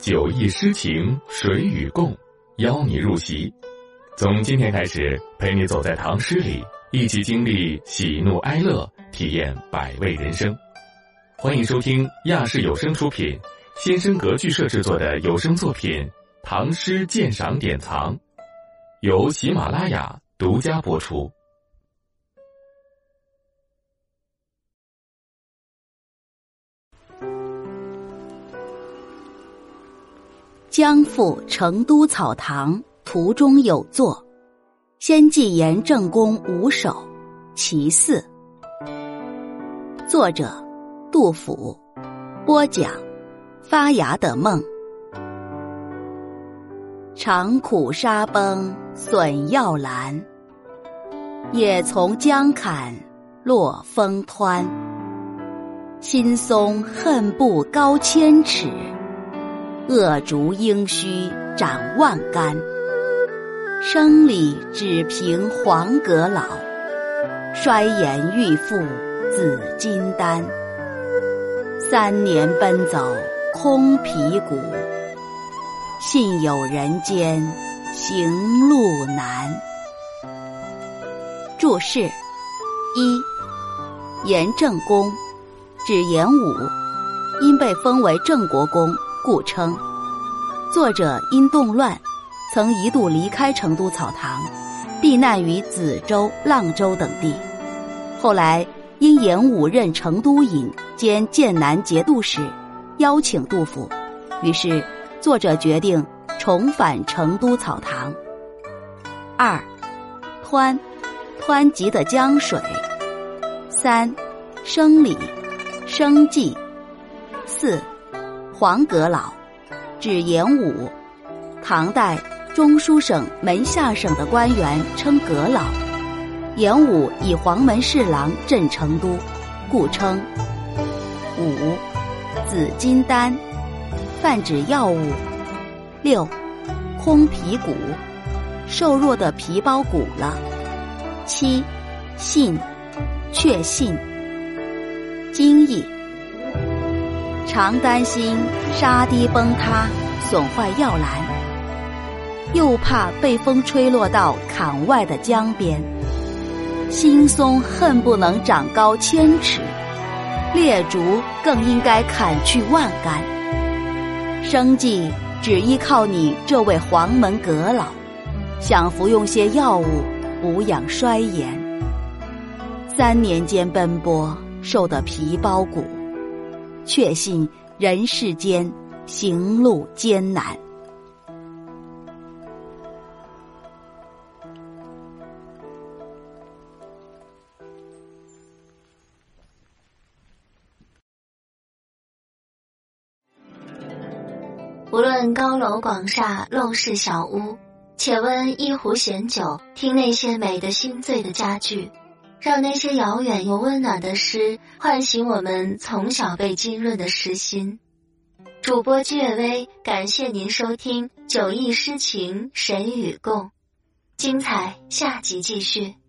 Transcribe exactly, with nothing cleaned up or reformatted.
酒意诗情，谁与共？邀你入席。从今天开始，陪你走在唐诗里，一起经历喜怒哀乐，体验百味人生。欢迎收听亚视有声出品，先声格剧社制作的有声作品《唐诗鉴赏典藏》，由喜马拉雅独家播出。 将赴成都草堂，途中有作，先记严正公五首，其四。作者杜甫，播讲发芽的梦。长苦沙崩损药兰，也从江坎落风湍。新松恨不高千尺，恶竹应须长万竿。生理只凭黄阁老，衰颜欲付紫金丹。三年奔走空皮骨，信有人间行路难。注释：一、严正公指严武，因被封为郑国公故称。作者因动乱曾一度离开成都草堂，避难于梓州、阆州等地。后来因严武任成都尹兼剑南节度使，邀请杜甫，于是作者决定重返成都草堂。二、湍，湍急的江水。三、生理，生计。四、黄阁老，指严武。唐代中书省门下省的官员称阁老。严武以黄门侍郎镇成都，故称。五、紫金丹，泛指药物。六、空皮骨，瘦弱的皮包骨了。七、信，确信。经义，常担心沙堤崩塌损坏药兰，又怕被风吹落到坎外的江边。新松恨不能长高千尺，烈竹更应该砍去万竿。生计只依靠你这位黄门阁老，想服用些药物补养衰颜。三年间奔波，瘦得皮包骨，确信人世间行路艰难。 无论高楼广厦，陋室小屋，且温一壶闲酒，听那些美得心醉的佳句，让那些遥远又温暖的诗唤醒我们从小被浸润的诗心。主播居月微，感谢您收听《酒意诗情谁与共》，精彩下集继续。